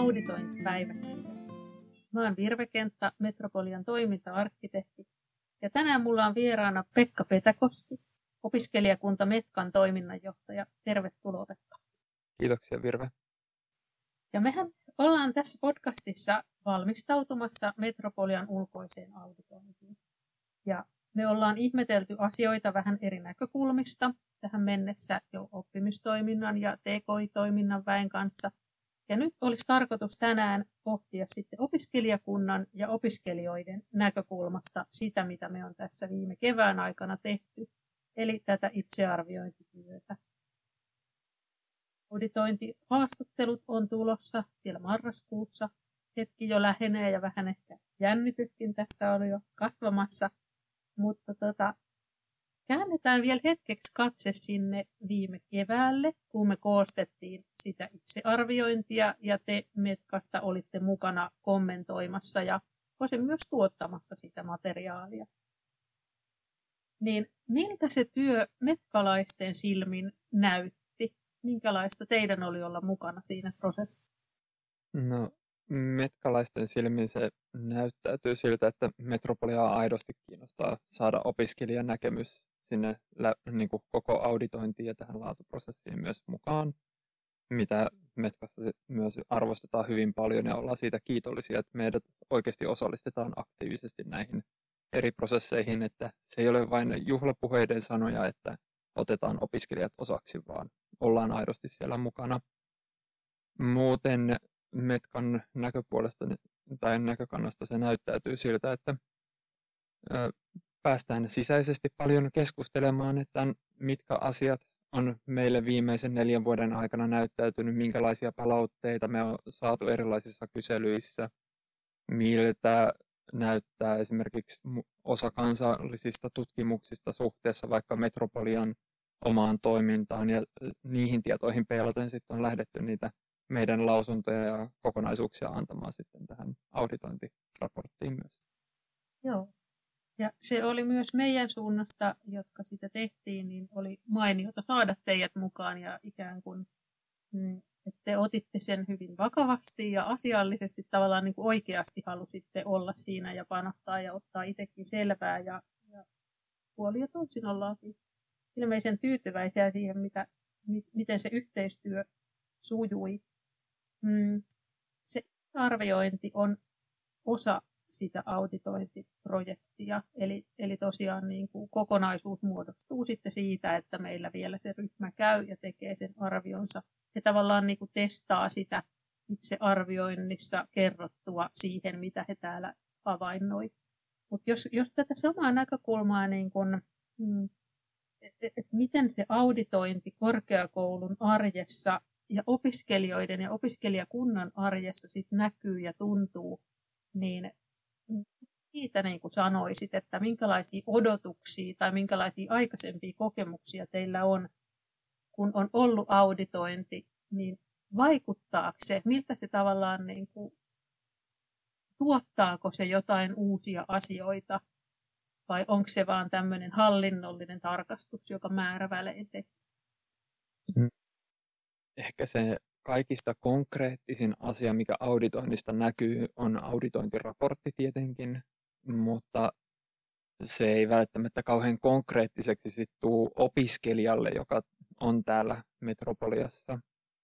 auditointipäiväkirja. Mä oon Virve Kenttä, Metropolian toiminta-arkkitehti, ja tänään mulla on vieraana Pekka Petäkoski, opiskelijakunta Metkan toiminnanjohtaja. Tervetuloa, Pekka. Kiitoksia, Virve. Ja mehän ollaan tässä podcastissa valmistautumassa Metropolian ulkoiseen auditointiin. Ja me ollaan ihmetelty asioita vähän eri näkökulmista tähän mennessä jo oppimistoiminnan ja TKI-toiminnan väen kanssa. Ja nyt olisi tarkoitus tänään pohtia sitten opiskelijakunnan ja opiskelijoiden näkökulmasta sitä, mitä me on tässä viime kevään aikana tehty, eli tätä itsearviointityötä. Auditointihaastattelut on tulossa siellä marraskuussa. Hetki jo lähenee ja vähän ehkä jännityskin tässä on jo kasvamassa, mutta käännetään vielä hetkeksi katse sinne viime keväälle, kun me koostettiin sitä itsearviointia ja te Metkasta olitte mukana kommentoimassa ja osin myös tuottamassa sitä materiaalia. Niin miltä se työ metkalaisten silmin näytti? Minkälaista teidän oli olla mukana siinä prosessissa? No, metkalaisten silmin se näyttäytyy siltä, että Metropoliaa aidosti kiinnostaa saada opiskelijan näkemys sinne niin kuin koko auditointiin ja tähän laatuprosessiin myös mukaan, mitä Metkassa myös arvostetaan hyvin paljon ja ollaan siitä kiitollisia, että meidät oikeasti osallistetaan aktiivisesti näihin eri prosesseihin, että se ei ole vain juhlapuheiden sanoja, että otetaan opiskelijat osaksi, vaan ollaan aidosti siellä mukana. Muuten Metkan näköpuolesta tai näkökannasta se näyttäytyy siltä, että päästään sisäisesti paljon keskustelemaan, että mitkä asiat on meille viimeisen 4 vuoden aikana näyttäytynyt, minkälaisia palautteita me on saatu erilaisissa kyselyissä, miltä näyttää esimerkiksi osa kansallisista tutkimuksista suhteessa vaikka Metropolian omaan toimintaan, ja niihin tietoihin peilaten sitten on lähdetty niitä meidän lausuntoja ja kokonaisuuksia antamaan sitten tähän auditointiraporttiin myös. Joo. Ja se oli myös meidän suunnasta, jotka sitä tehtiin, niin oli mainiota saada teidät mukaan ja ikään kuin, että te otitte sen hyvin vakavasti ja asiallisesti tavallaan niin kuin oikeasti halusitte olla siinä ja panostaa ja ottaa itsekin selvää ja puoli ja toisin ollaan siis ilmeisen tyytyväisiä siihen, miten se yhteistyö sujui. Se arviointi on osa sitä auditointiprojektia, eli tosiaan niin kuin kokonaisuus muodostuu sitten siitä, että meillä vielä se ryhmä käy ja tekee sen arvionsa. He tavallaan niin kuin testaa sitä itse arvioinnissa kerrottua siihen, mitä he täällä havainnoi. Mutta jos tätä samaa näkökulmaa, niin kuin, että miten se auditointi korkeakoulun arjessa ja opiskelijoiden ja opiskelijakunnan arjessa sit näkyy ja tuntuu, niin siitä niin kuin sanoisit, että minkälaisia odotuksia tai minkälaisia aikaisempia kokemuksia teillä on, kun on ollut auditointi, niin vaikuttaako se, miltä se tavallaan niin kuin, tuottaako se jotain uusia asioita vai onko se vaan tämmöinen hallinnollinen tarkastus, joka määrävälein tekee? Ehkä se kaikista konkreettisin asia, mikä auditoinnista näkyy, on auditointiraportti tietenkin, mutta se ei välttämättä kauhean konkreettiseksi sit tuu opiskelijalle, joka on täällä Metropoliassa.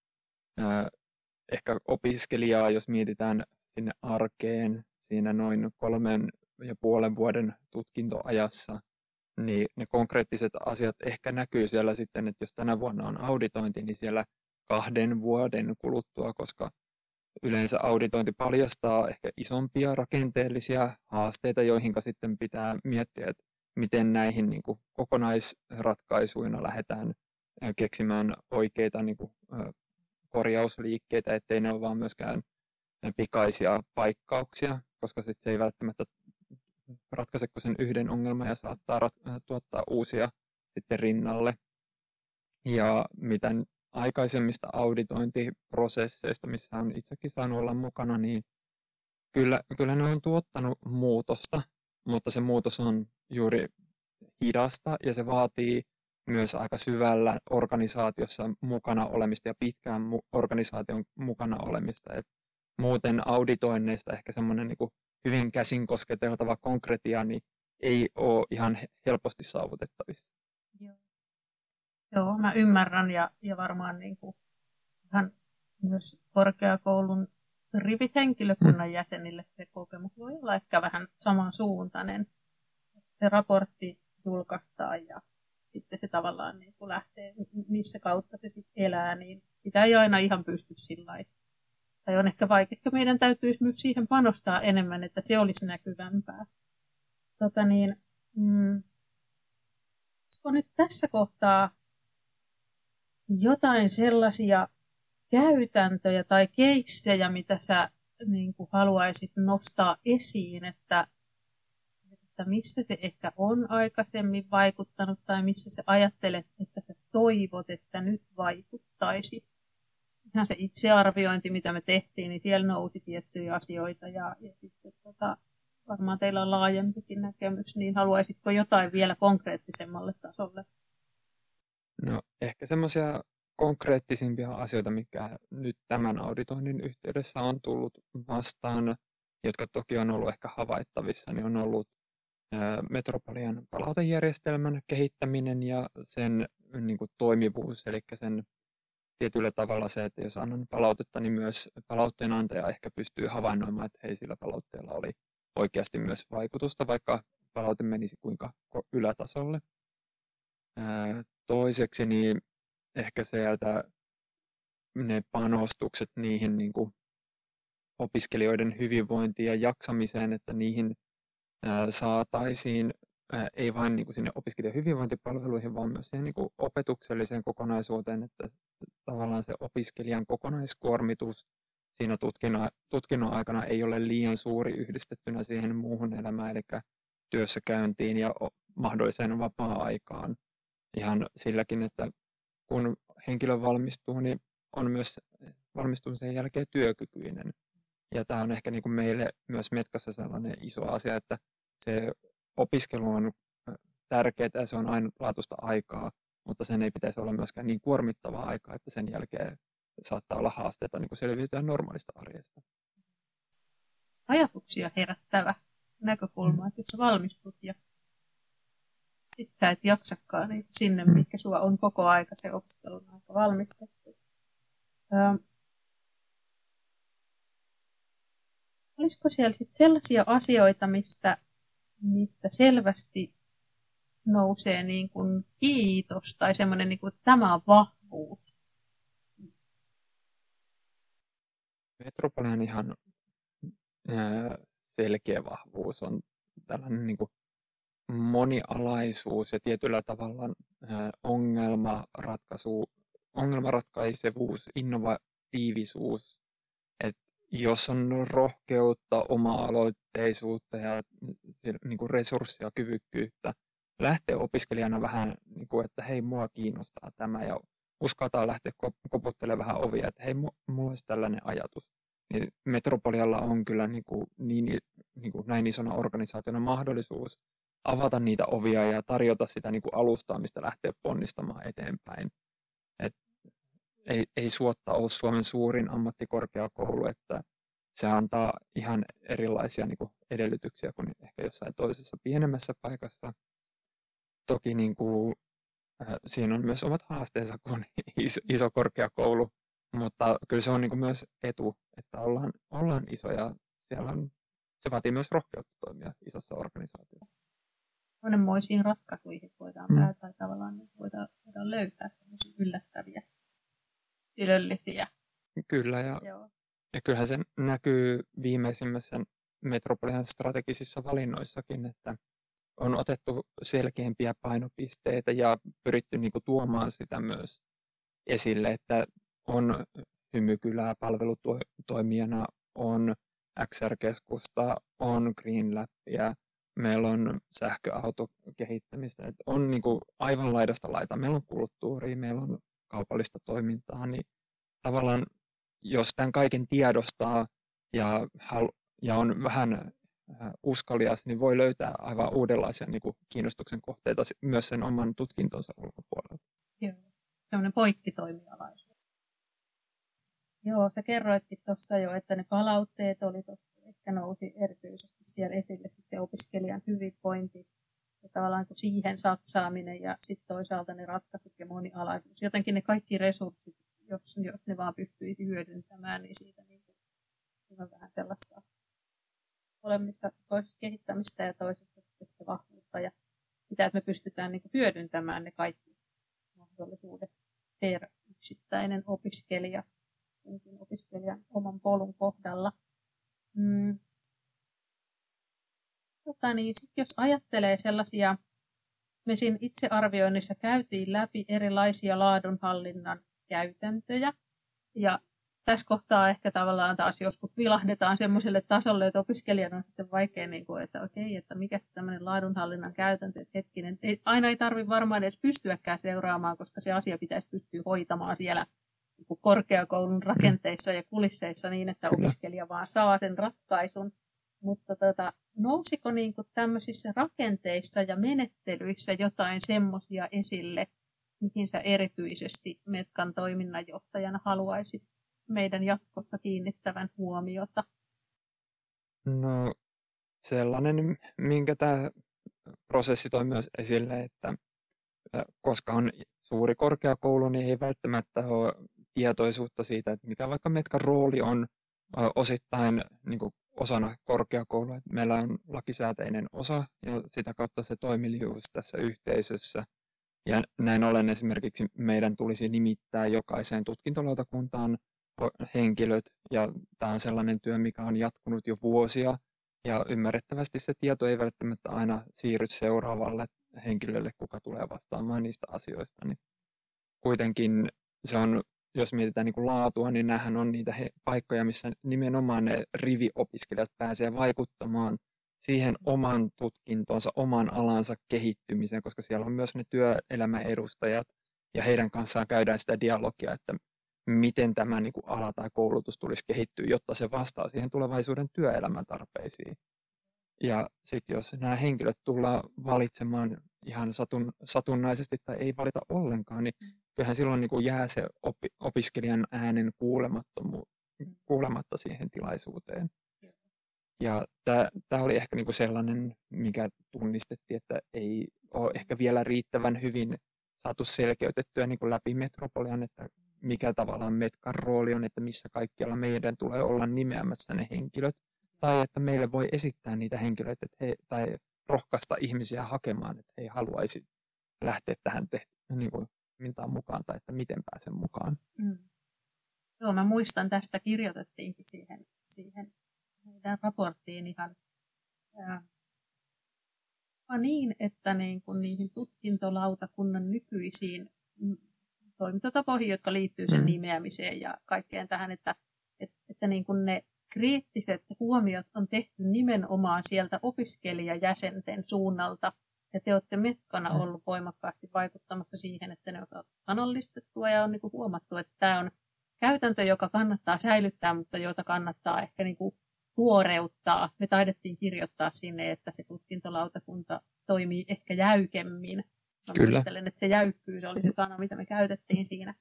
Ehkä opiskelijaa, jos mietitään sinne arkeen, siinä noin 3,5 vuoden tutkintoajassa, niin ne konkreettiset asiat ehkä näkyy siellä sitten, että jos tänä vuonna on auditointi, niin siellä 2 vuoden kuluttua, koska yleensä auditointi paljastaa ehkä isompia rakenteellisia haasteita, joihin sitten pitää miettiä, että miten näihin niin kuin kokonaisratkaisuina lähdetään keksimään oikeita niin kuin korjausliikkeitä, ettei ne ole vaan myöskään pikaisia paikkauksia, koska sitten se ei välttämättä ratkaise kuin sen yhden ongelman ja saattaa tuottaa uusia sitten rinnalle. Ja mitä aikaisemmista auditointiprosesseista, missä on itsekin saanut olla mukana, niin kyllä ne on tuottanut muutosta, mutta se muutos on juuri hidasta ja se vaatii myös aika syvällä organisaatiossa mukana olemista ja pitkään organisaation mukana olemista. Et muuten auditoinneista ehkä semmoinen niin kuin hyvin käsin kosketeltava konkretia niin ei ole ihan helposti saavutettavissa. Joo, mä ymmärrän ja varmaan niin kuin ihan myös korkeakoulun rivihenkilökunnan jäsenille se kokemus voi olla ehkä vähän samansuuntainen. Se raportti julkaistaan ja sitten se tavallaan niin kuin lähtee, missä kautta se sitten elää, niin sitä ei aina ihan pysty sillä lailla. Tai on ehkä vaikea, meidän täytyisi myös siihen panostaa enemmän, että se olisi näkyvämpää. Olisiko nyt tässä kohtaa jotain sellaisia käytäntöjä tai keissejä, mitä sä niin kuin haluaisit nostaa esiin, että missä se ehkä on aikaisemmin vaikuttanut tai missä sä ajattelet, että sä toivot, että nyt vaikuttaisi. Ihan se itsearviointi, mitä me tehtiin, niin siellä nousi tiettyjä asioita ja sitten varmaan teillä on laajempikin näkemys, niin haluaisitko jotain vielä konkreettisemmalle tasolle? No ehkä semmoisia konkreettisimpia asioita, mikä nyt tämän auditoinnin yhteydessä on tullut vastaan, jotka toki on ollut ehkä havaittavissa, niin on ollut Metropolian palautejärjestelmän kehittäminen ja sen niin kuin toimivuus, eli sen tietyllä tavalla se, että jos annan palautetta, niin myös palautteen antaja ehkä pystyy havainnoimaan, että hei, sillä palautteella oli oikeasti myös vaikutusta, vaikka palaute menisi kuinka ylätasolle. Toiseksi niin ehkä sieltä ne panostukset niihin niin kuin opiskelijoiden hyvinvointiin ja jaksamiseen, että niihin saataisiin ei vain niin kuin sinne opiskelijan hyvinvointipalveluihin, vaan myös siihen niin kuin opetukselliseen kokonaisuuteen, että tavallaan se opiskelijan kokonaiskuormitus siinä tutkinnon aikana ei ole liian suuri yhdistettynä siihen muuhun elämään, eli työssäkäyntiin ja mahdolliseen vapaa-aikaan. Ihan silläkin, että kun henkilö valmistuu, niin on myös valmistumisen jälkeen työkykyinen. Ja tämä on ehkä niin kuin meille myös Metkassa sellainen iso asia, että se opiskelu on tärkeää ja se on ainutlaatuista aikaa, mutta sen ei pitäisi olla myöskään niin kuormittavaa aikaa, että sen jälkeen saattaa olla haasteita niin kuin selviytyä normaalista arjesta. Ajatuksia herättävä näkökulma, että jos valmistut ja sitten sä et jaksakaan niin sinne, mikä sua on koko aika se opiskelun aika valmistettu. Olisiko siellä sitten sellaisia asioita, mistä selvästi nousee niin kuin kiitos tai semmoinen, niin kuin, että tämä on vahvuus? Metropolian ihan selkeä vahvuus on tällainen niin kuin monialaisuus ja tietyllä tavalla ongelmanratkaisevuus, innovatiivisuus. Et jos on rohkeutta, oma-aloitteisuutta ja niin kuin resurssia ja kyvykkyyttä lähteä opiskelijana vähän, niin kuin, että hei, mua kiinnostaa tämä ja uskaltaa lähteä koputtelemaan vähän ovia, että hei, mulla olisi tällainen ajatus. Niin Metropolialla on kyllä niin kuin näin isona organisaationa mahdollisuus avata niitä ovia ja tarjota sitä niin kuin alustaa, mistä lähtee ponnistamaan eteenpäin. Ei Suotta ole Suomen suurin ammattikorkeakoulu, että se antaa ihan erilaisia niin kuin edellytyksiä kuin ehkä jossain toisessa pienemmässä paikassa. Toki niin kuin, siinä on myös omat haasteensa kuin iso korkeakoulu, mutta kyllä se on niin kuin myös etu, että ollaan isoja. Se vaatii myös rohkeutta toimia isossa organisaatiossa. Monenmoisiin ratkaisuihin voidaan päätä tai tavallaan voidaan löytää sellaisia yllättäviä yksilöllisiä. Kyllä, ja kyllähän se näkyy viimeisimmässä Metropolian strategisissa valinnoissakin, että on otettu selkeämpiä painopisteitä ja pyritty niin kuin tuomaan sitä myös esille, että on Hymykylää palvelutoimijana, on XR-keskusta, on GreenLabia, meillä on sähköautokehittämistä, että on niin kuin aivan laidasta laita. Meillä on kulttuuria, meillä on kaupallista toimintaa, niin tavallaan jos tämän kaiken tiedostaa ja on vähän uskalias, niin voi löytää aivan uudenlaisia niin kuin kiinnostuksen kohteita myös sen oman tutkintonsa ulkopuolella. Joo, sellainen poikkitoimialaisuus. Joo, sä kerroitkin tuossa jo, että ne palautteet oli tossa, ehkä nousi erityisesti siellä esille sitten opiskelijan hyvinvointi ja tavallaan kun siihen satsaaminen ja sitten toisaalta ne ratkaisut ja monialaisuus. Jotenkin ne kaikki resurssit, jos ne vaan pystyisi hyödyntämään, niin siitä niin kuin, on vähän sellaista olemista, toisesta kehittämistä ja toisesta sitä vahvuutta ja sitä, että me pystytään niin kuin hyödyntämään ne kaikki mahdollisuudet per yksittäinen opiskelija, opiskelijan oman polun kohdalla. Niin sit jos ajattelee sellaisia, me siinä itsearvioinnissa käytiin läpi erilaisia laadunhallinnan käytäntöjä ja tässä kohtaa ehkä tavallaan taas joskus vilahdetaan semmoiselle tasolle, että opiskelijan on sitten vaikea, että okei, että mikä tämmöinen laadunhallinnan käytäntö, että hetkinen, aina ei tarvitse varmaan edes pystyäkään seuraamaan, koska se asia pitäisi pystyä hoitamaan siellä korkeakoulun rakenteissa ja kulisseissa niin, että opiskelija vaan saa sen ratkaisun. Mutta nousiko niin kuin tämmöisissä rakenteissa ja menettelyissä jotain semmoisia esille, mihin sä erityisesti Metkan toiminnanjohtajana haluaisit meidän jatkossa kiinnittävän huomiota? No sellainen, minkä tämä prosessi toi myös esille, että koska on suuri korkeakoulu, niin ei välttämättä ole tietoisuutta siitä, että mikä vaikka Metkan rooli on osittain niin kuin osana korkeakoulua. Meillä on lakisääteinen osa ja sitä kautta se toimelijuus tässä yhteisössä. Ja näin ollen esimerkiksi meidän tulisi nimittää jokaiseen tutkintolautakuntaan henkilöt, ja tämä on sellainen työ, mikä on jatkunut jo vuosia, ja ymmärrettävästi se tieto ei välttämättä aina siirry seuraavalle henkilölle, kuka tulee vastaamaan niistä asioista. Niin kuitenkin se on, jos mietitään niin kuin laatua, niin näähän on niitä paikkoja, missä nimenomaan ne riviopiskelijat pääsee vaikuttamaan siihen oman tutkintonsa, oman alansa kehittymiseen, koska siellä on myös ne työelämän edustajat, ja heidän kanssaan käydään sitä dialogia, että miten tämä niin kuin ala tai koulutus tulisi kehittyä, jotta se vastaa siihen tulevaisuuden työelämän tarpeisiin. Ja sitten jos nämä henkilöt tullaan valitsemaan ihan satunnaisesti tai ei valita ollenkaan, niin kyllähän silloin niin kuin jää se opiskelijan äänen kuulematta siihen tilaisuuteen. Ja tämä oli ehkä niin kuin sellainen, mikä tunnistettiin, että ei ole ehkä vielä riittävän hyvin saatu selkeytettyä niin kuin läpi Metropolian, että mikä tavallaan Metkan rooli on, että missä kaikkialla meidän tulee olla nimeämässä ne henkilöt, tai että meille voi esittää niitä henkilöitä tai rohkaista ihmisiä hakemaan, että he haluaisi lähteä tähän niin kuin mukaan, tai että miten pääsen mukaan. Joo, mä muistan, tästä kirjoitettiinkin siihen meidän raporttiin ihan niin, että niin kuin niihin tutkintolautakunnan nykyisiin toimintatapoihin, jotka liittyy sen nimeämiseen ja kaikkeen tähän, että niin kuin ne kriittiset huomiot on tehty nimenomaan sieltä opiskelijajäsenten suunnalta, ja te olette Metkana ollut voimakkaasti vaikuttamassa siihen, että ne on saatu sanallistettua, ja on niin kuin huomattu, että tämä on käytäntö, joka kannattaa säilyttää, mutta jota kannattaa ehkä niin kuin tuoreuttaa. Me taidettiin kirjoittaa sinne, että se tutkintolautakunta toimii ehkä jäykemmin. Mä muistelen, että se jäykkyys oli se sana, mitä me käytettiin siinä.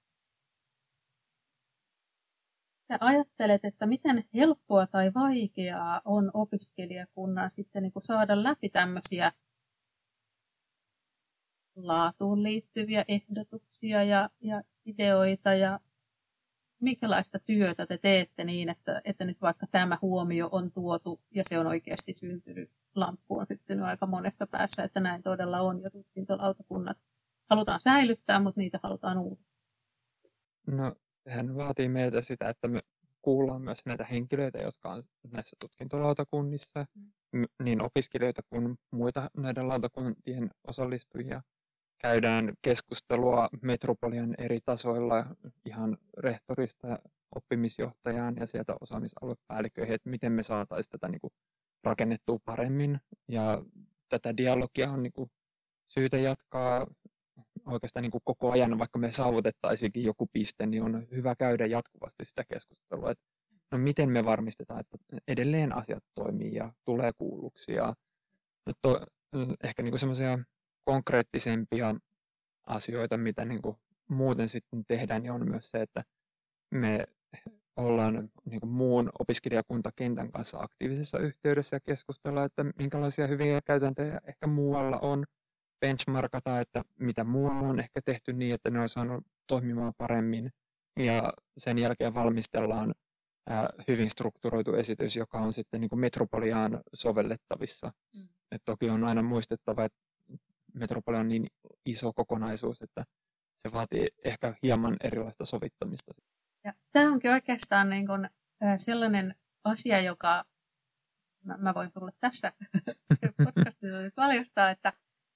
Sä ajattelet, että miten helppoa tai vaikeaa on opiskelijakunnan sitten niin kuin saada läpi tämmöisiä laatuun liittyviä ehdotuksia ja ideoita ja minkälaista työtä te teette niin, että nyt vaikka tämä huomio on tuotu ja se on oikeasti syntynyt, lamppu on syttynyt aika monesta päässä, että näin todella on ja tutkintolautakunnat halutaan säilyttää, mutta niitä halutaan uudistaa. No, sehän vaatii meiltä sitä, että me kuullaan myös näitä henkilöitä, jotka on näissä tutkintolautakunnissa, niin opiskelijoita kuin muita näiden lautakuntien osallistujia. Käydään keskustelua Metropolian eri tasoilla, ihan rehtorista oppimisjohtajaan ja sieltä osaamisaluepäälliköihin, että miten me saataisiin tätä niin kuin rakennettua paremmin. Ja tätä dialogia on niin kuin syytä jatkaa oikeastaan niin kuin koko ajan, vaikka me saavutettaisiinkin joku piste, niin on hyvä käydä jatkuvasti sitä keskustelua, että no miten me varmistetaan, että edelleen asiat toimii ja tulee kuulluksi. Ja ehkä niin kuin semmoisia konkreettisempia asioita, mitä niin kuin muuten sitten tehdään, niin on myös se, että me ollaan niin kuin muun opiskelijakuntakentän kanssa aktiivisessa yhteydessä ja keskustellaan, että minkälaisia hyviä käytäntöjä ehkä muualla on, benchmarkata, että mitä muualla on ehkä tehty niin, että ne on saanut toimimaan paremmin. Ja sen jälkeen valmistellaan hyvin strukturoitu esitys, joka on sitten niin kuin Metropoliaan sovellettavissa. Et toki on aina muistettava, että Metropolia on niin iso kokonaisuus, että se vaatii ehkä hieman erilaista sovittamista. Ja tämä onkin oikeastaan niin kuin sellainen asia, joka mä voin tulla tässä podcastissa nyt valjastaa, että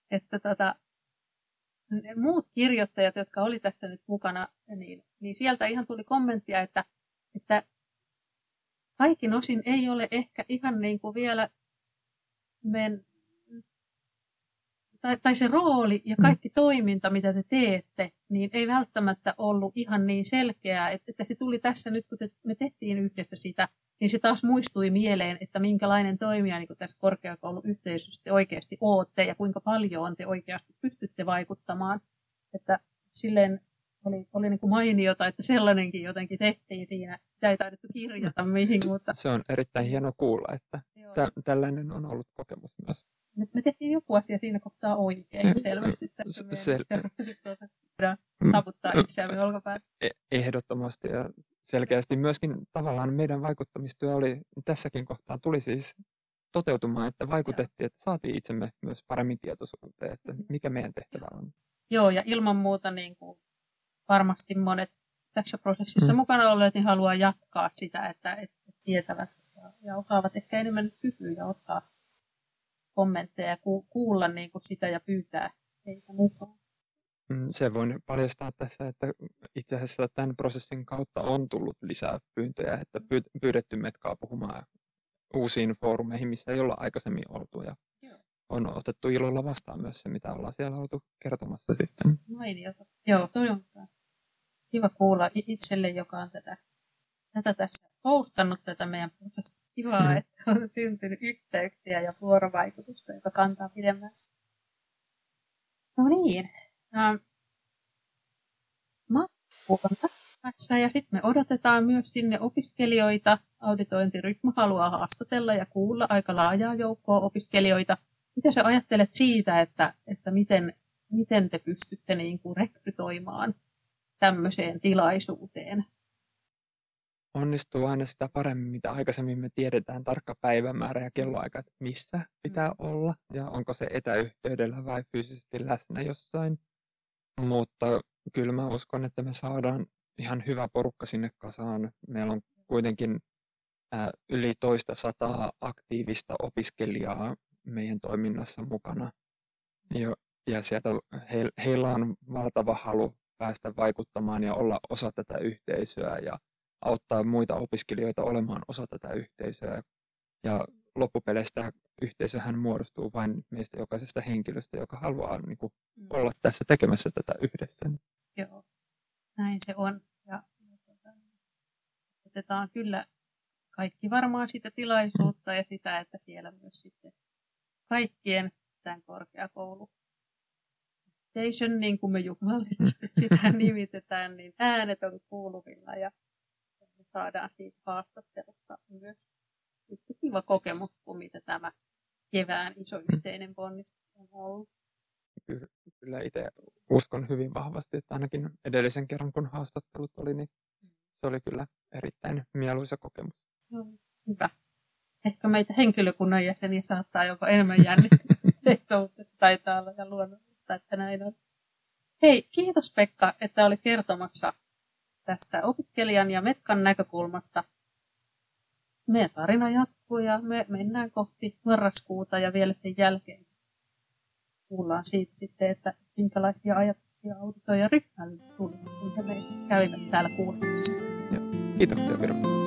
muut kirjoittajat, jotka oli tässä nyt mukana, niin sieltä ihan tuli kommenttia, että kaikin osin ei ole ehkä ihan niin kuin vielä tai se rooli ja kaikki toiminta, mitä te teette, niin ei välttämättä ollut ihan niin selkeää, että se tuli tässä nyt, kun me tehtiin yhdessä sitä, niin se taas muistui mieleen, että minkälainen toimija niin tässä korkeakouluyhteisössä te oikeasti olette ja kuinka paljon te oikeasti pystytte vaikuttamaan. Että silleen oli niin kuin mainiota, että sellainenkin jotenkin tehtiin siinä. Sitä ei taidettu kirjata mihin, mutta... Se on erittäin hieno kuulla, että tällainen on ollut kokemus myös. Me tehtiin joku asia siinä kohtaa oikein selvästi tässä taputtaa itseämme olkapäälle. Ehdottomasti ja selkeästi myöskin tavallaan meidän vaikuttamistyö oli tässäkin kohtaa tuli siis toteutumaan, että vaikutettiin, että saatiin itsemme myös paremmin tietoisuuteen, että mikä meidän tehtävä on. Joo, ja ilman muuta niin kuin varmasti monet tässä prosessissa mukana olleet niin haluaa jatkaa sitä, että tietävät ja osaavat ehkä enemmän kykyä ottaa kommentteja ja kuulla niin kuin sitä ja pyytää heitä mukaan. Se voin paljastaa tässä, että itse asiassa tämän prosessin kautta on tullut lisää pyyntöjä, että pyydetty Metkaa puhumaan uusiin foorumeihin, missä ei olla aikaisemmin oltu. Ja on otettu ilolla vastaan myös se, mitä ollaan siellä oltu kertomassa sitten. Mainiota. Joo, toi on kiva kuulla itselle, joka on tätä tässä postannut tätä meidän prosessia. Kiva, että on syntynyt yhteyksiä ja vuorovaikutusta, joka kantaa pidemmän. No niin. Matkuunta tässä ja sitten me odotetaan myös sinne opiskelijoita. Auditointiryhmä haluaa haastatella ja kuulla aika laajaa joukkoa opiskelijoita. Mitä sä ajattelet siitä, että miten te pystytte niin kuin rekrytoimaan tämmöiseen tilaisuuteen? Onnistuu aina sitä paremmin, mitä aikaisemmin me tiedetään tarkka päivämäärä ja kelloaika, että missä pitää olla ja onko se etäyhteydellä vai fyysisesti läsnä jossain. Mutta kyllä mä uskon, että me saadaan ihan hyvä porukka sinne kasaan. Meillä on kuitenkin yli 200 aktiivista opiskelijaa meidän toiminnassa mukana. Ja sieltä heillä on valtava halu päästä vaikuttamaan ja olla osa tätä yhteisöä ja auttaa muita opiskelijoita olemaan osa tätä yhteisöä. Ja loppupeleistä yhteisöhän muodostuu vain meistä jokaisesta henkilöstä, joka haluaa niin kuin, olla tässä tekemässä tätä yhdessä. Joo, näin se on. Ja otetaan kyllä kaikki varmaan sitä tilaisuutta ja sitä, että siellä myös sitten kaikkien tämän korkeakouluyhteisön, niin kuin me juhlallisesti sitä nimitetään, niin äänet on kuuluvilla ja me saadaan siitä haastattelusta myös yhtä kiva kokemus kuin mitä tämä kevään iso yhteinen ponnistus on ollut. Kyllä itse uskon hyvin vahvasti, että ainakin edellisen kerran kun haastattelut oli, niin se oli kyllä erittäin mieluisa kokemus. No, hyvä. Ehkä meitä henkilökunnan jäseniä saattaa jopa enemmän jännittää, mutta taitaa olla ja luonnollista, että näin on. Hei, kiitos Pekka, että olit kertomassa tästä opiskelijan ja Metkan näkökulmasta. Meidän tarina jatkuu ja me mennään kohti marraskuuta ja vielä sen jälkeen kuullaan siitä sitten, että minkälaisia ajatuksia auditoijaryhmälle tuli, kun he meitä kävivät täällä kuulemassa. Kiitoksia Virva.